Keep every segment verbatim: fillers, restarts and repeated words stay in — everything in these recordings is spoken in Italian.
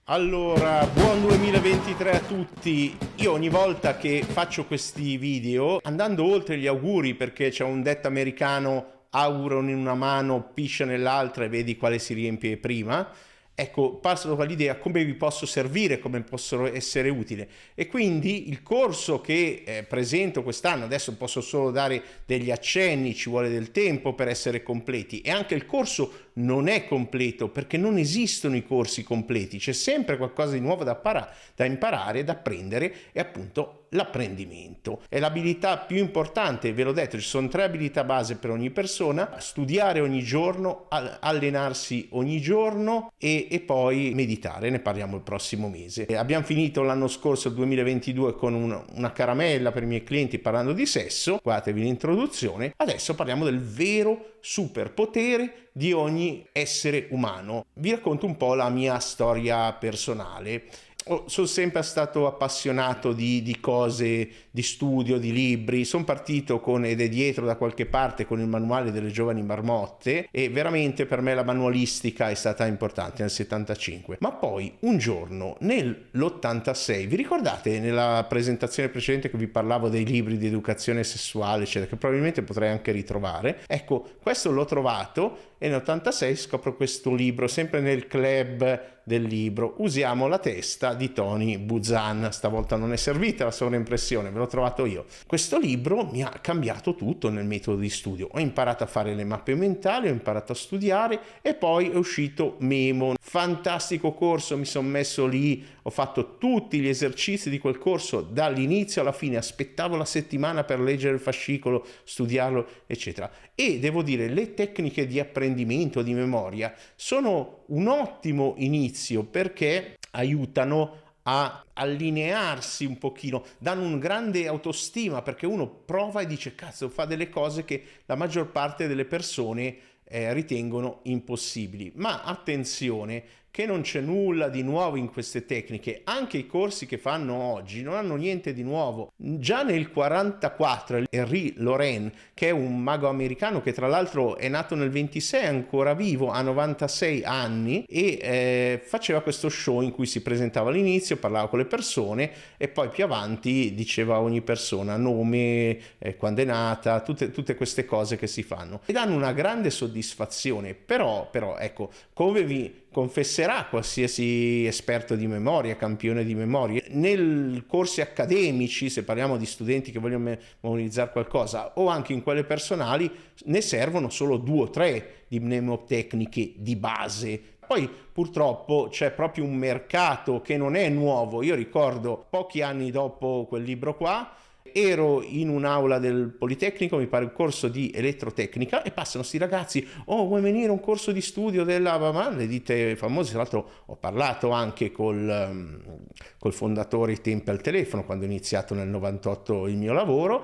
Allora, buon duemilaventitré a tutti. Io ogni volta che faccio questi video, andando oltre gli auguri, perché c'è un detto americano, auguro in una mano, piscia nell'altra e vedi quale si riempie prima. Ecco, passo con l'idea come vi posso servire, come posso essere utile. E quindi il corso che eh, presento quest'anno, adesso posso solo dare degli accenni, ci vuole del tempo per essere completi, e anche il corso non è completo perché non esistono i corsi completi, c'è sempre qualcosa di nuovo da, para- da imparare, da apprendere, e appunto l'apprendimento è l'abilità più importante. Ve l'ho detto, ci sono tre abilità base per ogni persona: studiare ogni giorno, allenarsi ogni giorno e, e poi meditare. Ne parliamo il prossimo mese. E abbiamo finito l'anno scorso, il duemilaventidue, con una, una caramella per i miei clienti parlando di sesso. Guardatevi l'introduzione. Adesso parliamo del vero superpotere di ogni essere umano. Vi racconto un po' la mia storia personale. Oh, sono sempre stato appassionato di, di cose, di studio, di libri. Sono partito con, ed è dietro da qualche parte, con il manuale delle giovani marmotte, e veramente per me la manualistica è stata importante nel settantacinque. Ma poi un giorno nell'ottantasei, vi ricordate nella presentazione precedente che vi parlavo dei libri di educazione sessuale eccetera, che probabilmente potrei anche ritrovare? Ecco, questo l'ho trovato e nell'ottantasei scopro questo libro, sempre nel club del libro, Usiamo la testa, di Tony Buzan. Stavolta non è servita la sovraimpressione, ve l'ho trovato io. Questo libro mi ha cambiato tutto nel metodo di studio. Ho imparato a fare le mappe mentali, ho imparato a studiare, e poi è uscito Memo. Fantastico corso, mi sono messo lì, ho fatto tutti gli esercizi di quel corso dall'inizio alla fine, aspettavo la settimana per leggere il fascicolo, studiarlo eccetera. E devo dire, le tecniche di apprendimento, di memoria, sono un ottimo inizio perché aiutano a allinearsi un pochino, danno un grande autostima, perché uno prova e dice cazzo, fa delle cose che la maggior parte delle persone eh, ritengono impossibili. Ma attenzione che non c'è nulla di nuovo in queste tecniche. Anche i corsi che fanno oggi non hanno niente di nuovo. Già nel quarantaquattro Henri Laurent, che è un mago americano che tra l'altro è nato nel ventisei, è ancora vivo, ha novantasei anni, e eh, faceva questo show in cui si presentava all'inizio, parlava con le persone e poi più avanti diceva a ogni persona nome, eh, quando è nata, tutte, tutte queste cose che si fanno e danno una grande soddisfazione. Però, però ecco, come vi confesserà qualsiasi esperto di memoria, campione di memoria, nei corsi accademici, se parliamo di studenti che vogliono memorizzare qualcosa, o anche in quelle personali, ne servono solo due o tre di mnemotecniche di base. Poi purtroppo c'è proprio un mercato che non è nuovo. Io ricordo pochi anni dopo quel libro qua, ero in un'aula del Politecnico, mi pare un corso di elettrotecnica, e passano sti ragazzi: oh, vuoi venire a un corso di studio della ma, le ditte famose? Tra l'altro ho parlato anche col, um, col fondatore ai tempi al telefono, quando ho iniziato nel novantotto il mio lavoro.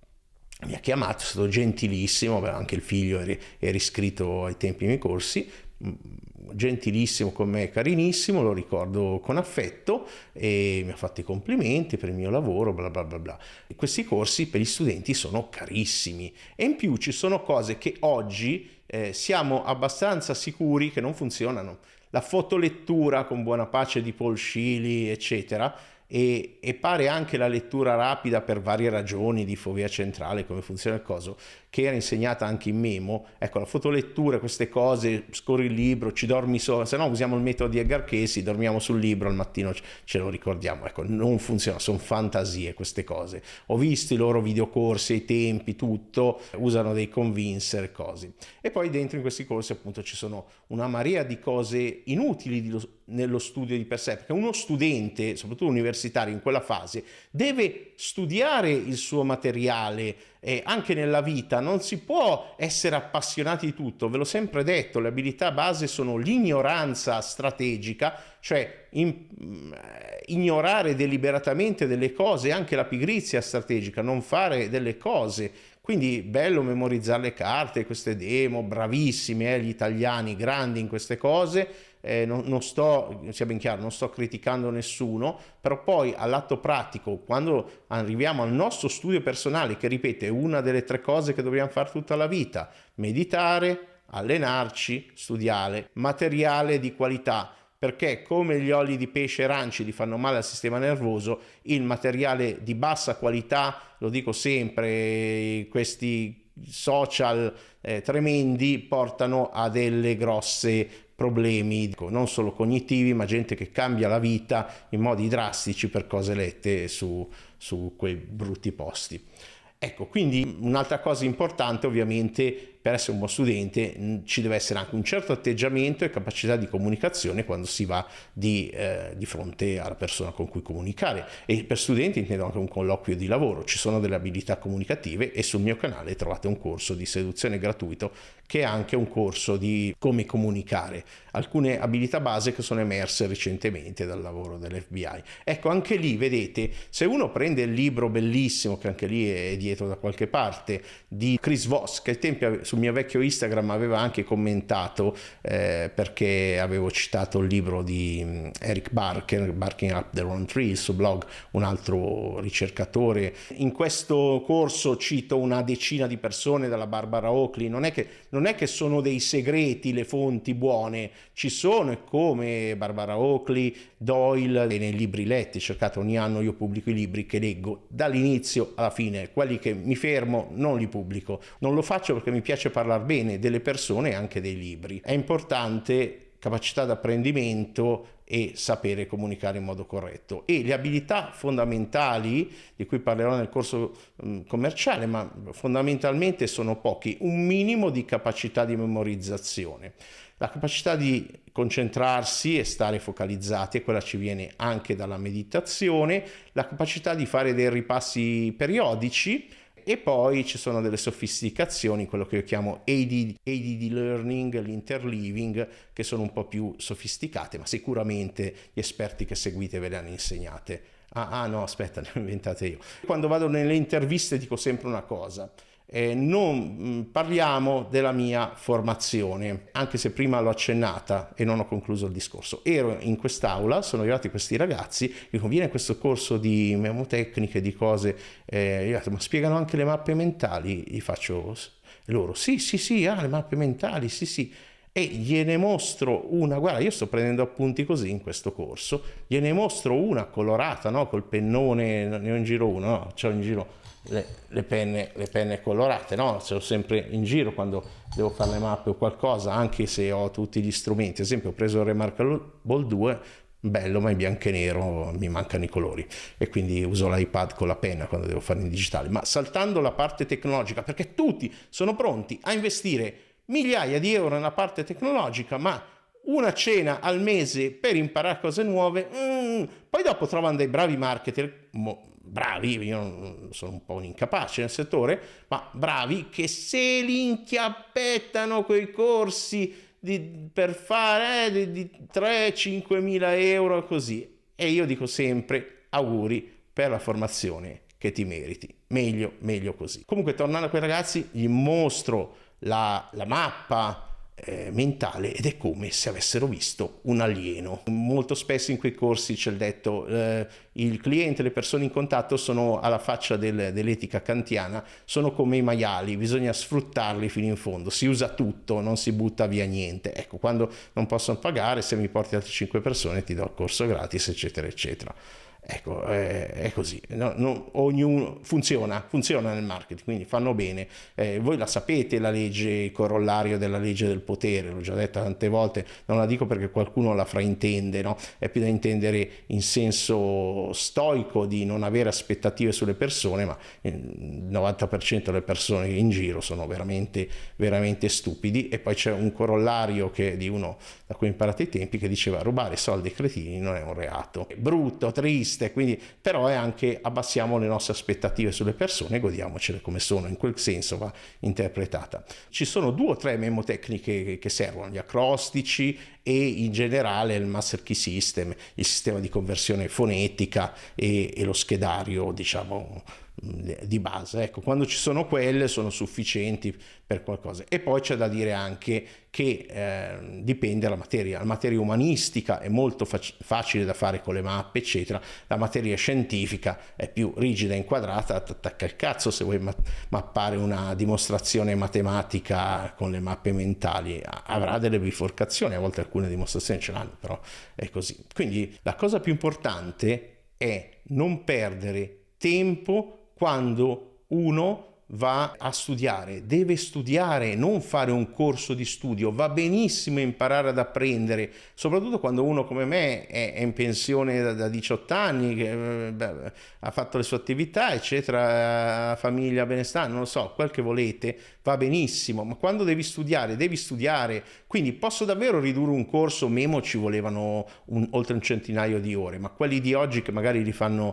Mi ha chiamato, è stato gentilissimo, anche il figlio era iscritto ai tempi ai miei corsi, gentilissimo con me, carinissimo, lo ricordo con affetto, e mi ha fatto i complimenti per il mio lavoro, bla bla bla bla. E questi corsi per gli studenti sono carissimi, e in più ci sono cose che oggi eh, siamo abbastanza sicuri che non funzionano. La fotolettura con buona pace di Paul Scili eccetera, e, e pare anche la lettura rapida per varie ragioni di fovea centrale, come funziona il coso, che era insegnata anche in Memo. Ecco, la fotolettura, queste cose, scorri il libro, ci dormi solo, se no usiamo il metodo di Edgar Cayce, dormiamo sul libro, al mattino ce lo ricordiamo. Ecco, non funziona, sono fantasie queste cose. Ho visto i loro videocorsi, i tempi, tutto, usano dei convincer e cose. E poi dentro in questi corsi appunto ci sono una marea di cose inutili di lo, nello studio di per sé, perché uno studente, soprattutto universitario in quella fase, deve studiare il suo materiale. E anche nella vita non si può essere appassionati di tutto, ve l'ho sempre detto, le abilità base sono l'ignoranza strategica, cioè in, ignorare deliberatamente delle cose, anche la pigrizia strategica, non fare delle cose. Quindi bello memorizzare le carte, queste demo, bravissimi eh, gli italiani, grandi in queste cose. Eh, non, non sto, sia ben chiaro, non sto criticando nessuno, però poi all'atto pratico, quando arriviamo al nostro studio personale, che ripeto è una delle tre cose che dobbiamo fare tutta la vita: meditare, allenarci, studiare, materiale di qualità. perché come gli oli di pesce rancidi fanno male al sistema nervoso, il materiale di bassa qualità, lo dico sempre, questi social eh, tremendi portano a delle grosse problemi, non solo cognitivi, ma gente che cambia la vita in modi drastici per cose lette su, su quei brutti posti. Ecco, quindi un'altra cosa importante ovviamente per essere un buon studente ci deve essere anche un certo atteggiamento e capacità di comunicazione quando si va di, eh, di fronte alla persona con cui comunicare, e per studenti intendo anche un colloquio di lavoro. Ci sono delle abilità comunicative e sul mio canale trovate un corso di seduzione gratuito che è anche un corso di come comunicare, alcune abilità base che sono emerse recentemente dal lavoro dell'F B I. Ecco, anche lì vedete, se uno prende il libro bellissimo che anche lì è dietro da qualche parte di Chris Voss, che ai tempi sul mio vecchio Instagram aveva anche commentato eh, perché avevo citato il libro di Eric Barker, Barking Up the Wrong Tree, il suo blog, un altro ricercatore. In questo corso cito una decina di persone dalla Barbara Oakley. Non è che, non è che sono dei segreti le fonti buone, ci sono, e come Barbara Oakley, Doyle, e nei libri letti, cercate, ogni anno io pubblico i libri che leggo dall'inizio alla fine, quelli che mi fermo non li pubblico, non lo faccio perché mi piace parlare bene delle persone e anche dei libri. È importante capacità d'apprendimento e sapere comunicare in modo corretto, e le abilità fondamentali di cui parlerò nel corso mh, commerciale, ma fondamentalmente sono pochi: un minimo di capacità di memorizzazione, la capacità di concentrarsi e stare focalizzati, e quella ci viene anche dalla meditazione, la capacità di fare dei ripassi periodici. E poi ci sono delle sofisticazioni, quello che io chiamo A D D learning, l'interleaving, che sono un po' più sofisticate, ma sicuramente gli esperti che seguite ve le hanno insegnate. Ah, ah no, aspetta, le ho inventate io. Quando vado nelle interviste dico sempre una cosa: eh, non mh, parliamo della mia formazione, anche se prima l'ho accennata e non ho concluso il discorso. Ero in quest'aula, sono arrivati questi ragazzi, dico: viene questo corso di memotecniche, di cose, eh, io ho detto, ma spiegano anche le mappe mentali? Gli faccio, e loro, sì, sì, sì, ah, le mappe mentali, sì, sì. E gliene mostro una, guarda, io sto prendendo appunti così in questo corso, gliene mostro una colorata, no, col pennone, ne ho in giro uno, no, c'ho in giro le, le penne, le penne colorate, no, ce l'ho sempre in giro quando devo fare le mappe o qualcosa, anche se ho tutti gli strumenti. Ad esempio ho preso il Remarkable due, bello, ma è bianco e nero, mi mancano i colori, e quindi uso l'iPad con la penna quando devo fare in digitale. Ma saltando la parte tecnologica, perché tutti sono pronti a investire migliaia di euro nella parte tecnologica, ma una cena al mese per imparare cose nuove, mm, poi dopo trovano dei bravi marketer, mo, bravi, io sono un po' un incapace nel settore, ma bravi, che se li inchiappettano quei corsi di, per fare eh, di, di tre cinque mila euro così. E io dico sempre: auguri per la formazione che ti meriti, meglio, meglio così. Comunque, tornando a quei ragazzi, gli mostro la, la mappa eh, mentale, ed è come se avessero visto un alieno. Molto spesso in quei corsi c'è il detto eh, il cliente, le persone in contatto sono alla faccia del, dell'etica kantiana, sono come i maiali, bisogna sfruttarli fino in fondo, si usa tutto, non si butta via niente. Ecco, quando non possono pagare, se mi porti altre cinque persone ti do il corso gratis, eccetera eccetera. Ecco, è, è così, no, no, ognuno funziona, funziona nel marketing, quindi fanno bene. Eh, voi la sapete la legge, il corollario della legge del potere, l'ho già detta tante volte, non la dico perché qualcuno la fraintende, no? È più da intendere in senso stoico, di non avere aspettative sulle persone, ma il novanta per cento delle persone in giro sono veramente, veramente stupidi. E poi c'è un corollario che di uno da cui ho imparato i tempi, che diceva: rubare soldi ai cretini non è un reato. È brutto, triste, quindi, però è anche abbassiamo le nostre aspettative sulle persone e godiamocele come sono, in quel senso va interpretata. Ci sono due o tre memotecniche che servono: gli acrostici e in generale il Master Key System, il sistema di conversione fonetica e, e lo schedario, diciamo, di base. Ecco, quando ci sono quelle sono sufficienti per qualcosa. E poi c'è da dire anche che eh, dipende dalla materia. La materia umanistica è molto fac- facile da fare con le mappe, eccetera. La materia scientifica è più rigida, inquadrata, attacca il cazzo se vuoi ma- mappare una dimostrazione matematica con le mappe mentali. Avrà delle biforcazioni, a volte alcune dimostrazioni ce l'hanno, però è così. Quindi la cosa più importante è non perdere tempo quando uno va a studiare. Deve studiare, non fare un corso di studio. Va benissimo imparare ad apprendere, soprattutto quando uno come me è, è in pensione da, da diciotto anni, che beh, ha fatto le sue attività, eccetera, famiglia, benestare, non lo so, quel che volete, va benissimo, ma quando devi studiare, devi studiare. Quindi posso davvero ridurre un corso, Memo ci volevano un, oltre un centinaio di ore, ma quelli di oggi che magari li fanno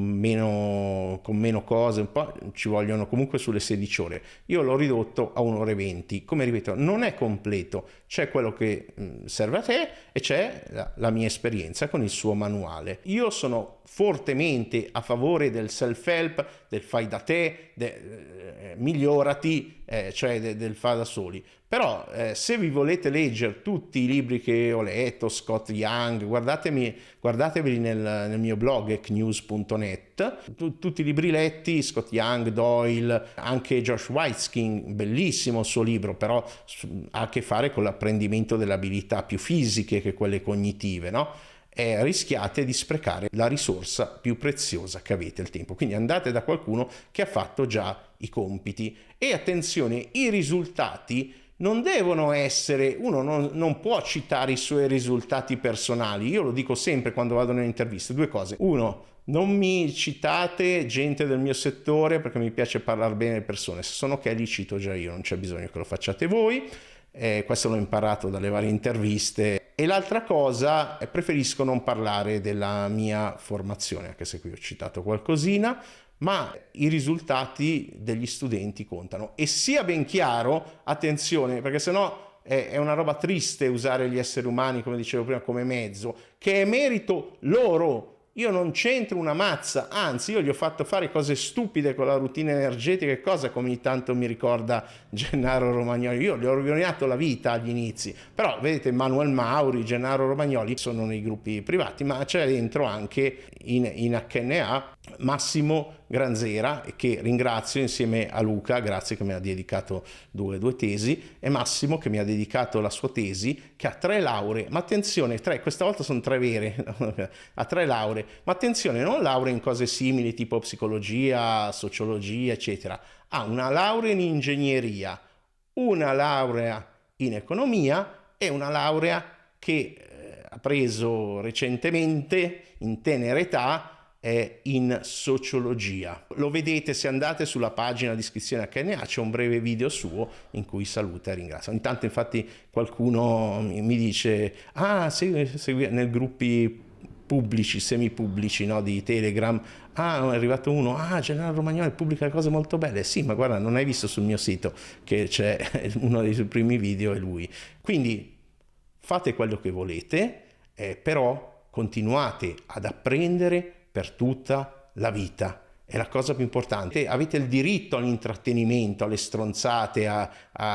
meno, con meno cose, un po' ci vogliono comunque sulle sedici ore. Io l'ho ridotto a un'ora e venti. Come ripeto, non è completo, c'è quello che serve a te e c'è la, la mia esperienza con il suo manuale. Io sono fortemente a favore del self-help, del fai da te, de, eh, migliorati, eh, cioè de, del fa da soli. Però eh, se vi volete leggere tutti i libri che ho letto, Scott Young, guardatemi, guardateveli nel, nel mio blog ec news punto net, tu, tutti i libri letti, Scott Young, Doyle, anche Josh Waitzkin, bellissimo il suo libro, però ha a che fare con l'apprendimento delle abilità più fisiche che quelle cognitive, no? E rischiate di sprecare la risorsa più preziosa che avete, il tempo. Quindi andate da qualcuno che ha fatto già i compiti. E attenzione, i risultati non devono essere, uno non, non può citare i suoi risultati personali. Io lo dico sempre quando vado nelle interviste, due cose: uno, non mi citate gente del mio settore, perché mi piace parlare bene delle persone. Se sono ok, li cito già io, non c'è bisogno che lo facciate voi. Eh, questo l'ho imparato dalle varie interviste. E l'altra cosa, eh, preferisco non parlare della mia formazione, anche se qui ho citato qualcosina, ma i risultati degli studenti contano. E sia ben chiaro, attenzione, perché sennò è, è una roba triste usare gli esseri umani, come dicevo prima, come mezzo, che è merito loro. Io non c'entro una mazza, anzi io gli ho fatto fare cose stupide con la routine energetica e cosa, come ogni tanto mi ricorda Gennaro Romagnoli. Io gli ho rovinato la vita agli inizi, però vedete Manuel Mauri, Gennaro Romagnoli sono nei gruppi privati, ma c'è dentro anche in, in acca enne a Massimo Granzera, che ringrazio insieme a Luca, grazie, che mi ha dedicato due, due tesi, e Massimo che mi ha dedicato la sua tesi, che ha tre lauree, ma attenzione, tre, questa volta sono tre vere, ha tre lauree, ma attenzione, non lauree in cose simili tipo psicologia, sociologia, eccetera, ha una laurea in ingegneria, una laurea in economia e una laurea che eh, ha preso recentemente, in tenera età, è in sociologia. Lo vedete se andate sulla pagina di iscrizione a acca enne a, c'è un breve video suo in cui saluta e ringrazia. Ogni tanto infatti qualcuno mi dice ah segui, segui nel gruppi pubblici, semipubblici, no, di Telegram, ah è arrivato uno, ah Gennaro Romagnoli pubblica cose molto belle. Sì, ma guarda, non hai visto sul mio sito che c'è uno dei suoi primi video, è lui. Quindi fate quello che volete, eh, però continuate ad apprendere per tutta la vita. È la cosa più importante. Avete il diritto all'intrattenimento, alle stronzate, a,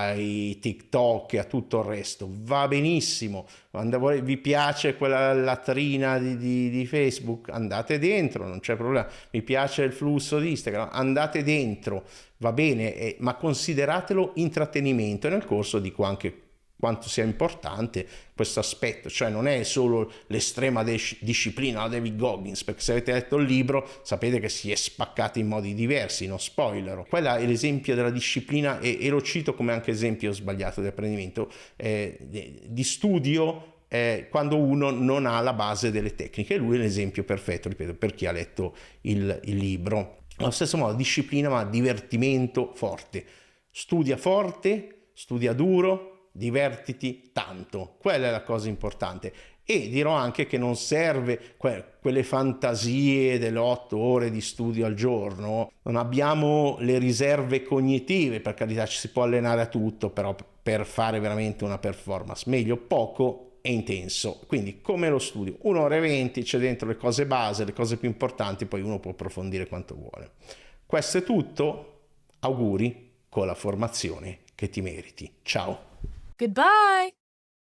ai TikTok e a tutto il resto. Va benissimo. Quando voi, vi piace quella latrina di, di, di Facebook, andate dentro, non c'è problema. Mi piace il flusso di Instagram, andate dentro, va bene, eh, ma consideratelo intrattenimento. E nel corso dico anche quanto sia importante questo aspetto, cioè non è solo l'estrema des- disciplina la David Goggins, perché se avete letto il libro sapete che si è spaccato in modi diversi, non spoilerò. Quella è l'esempio della disciplina e, e lo cito come anche esempio sbagliato di apprendimento, eh, di studio, eh, quando uno non ha la base delle tecniche. Lui è l'esempio perfetto, ripeto, per chi ha letto il, il libro. Allo stesso modo disciplina, ma divertimento forte. Studia forte, studia duro, divertiti tanto, quella è la cosa importante. E dirò anche che non serve que- quelle fantasie delle otto ore di studio al giorno, non abbiamo le riserve cognitive, per carità ci si può allenare a tutto, però per fare veramente una performance meglio poco e intenso. Quindi come lo studio, un'ora e venti, c'è dentro le cose base, le cose più importanti, poi uno può approfondire quanto vuole. Questo è tutto, auguri con la formazione che ti meriti. Ciao. Goodbye.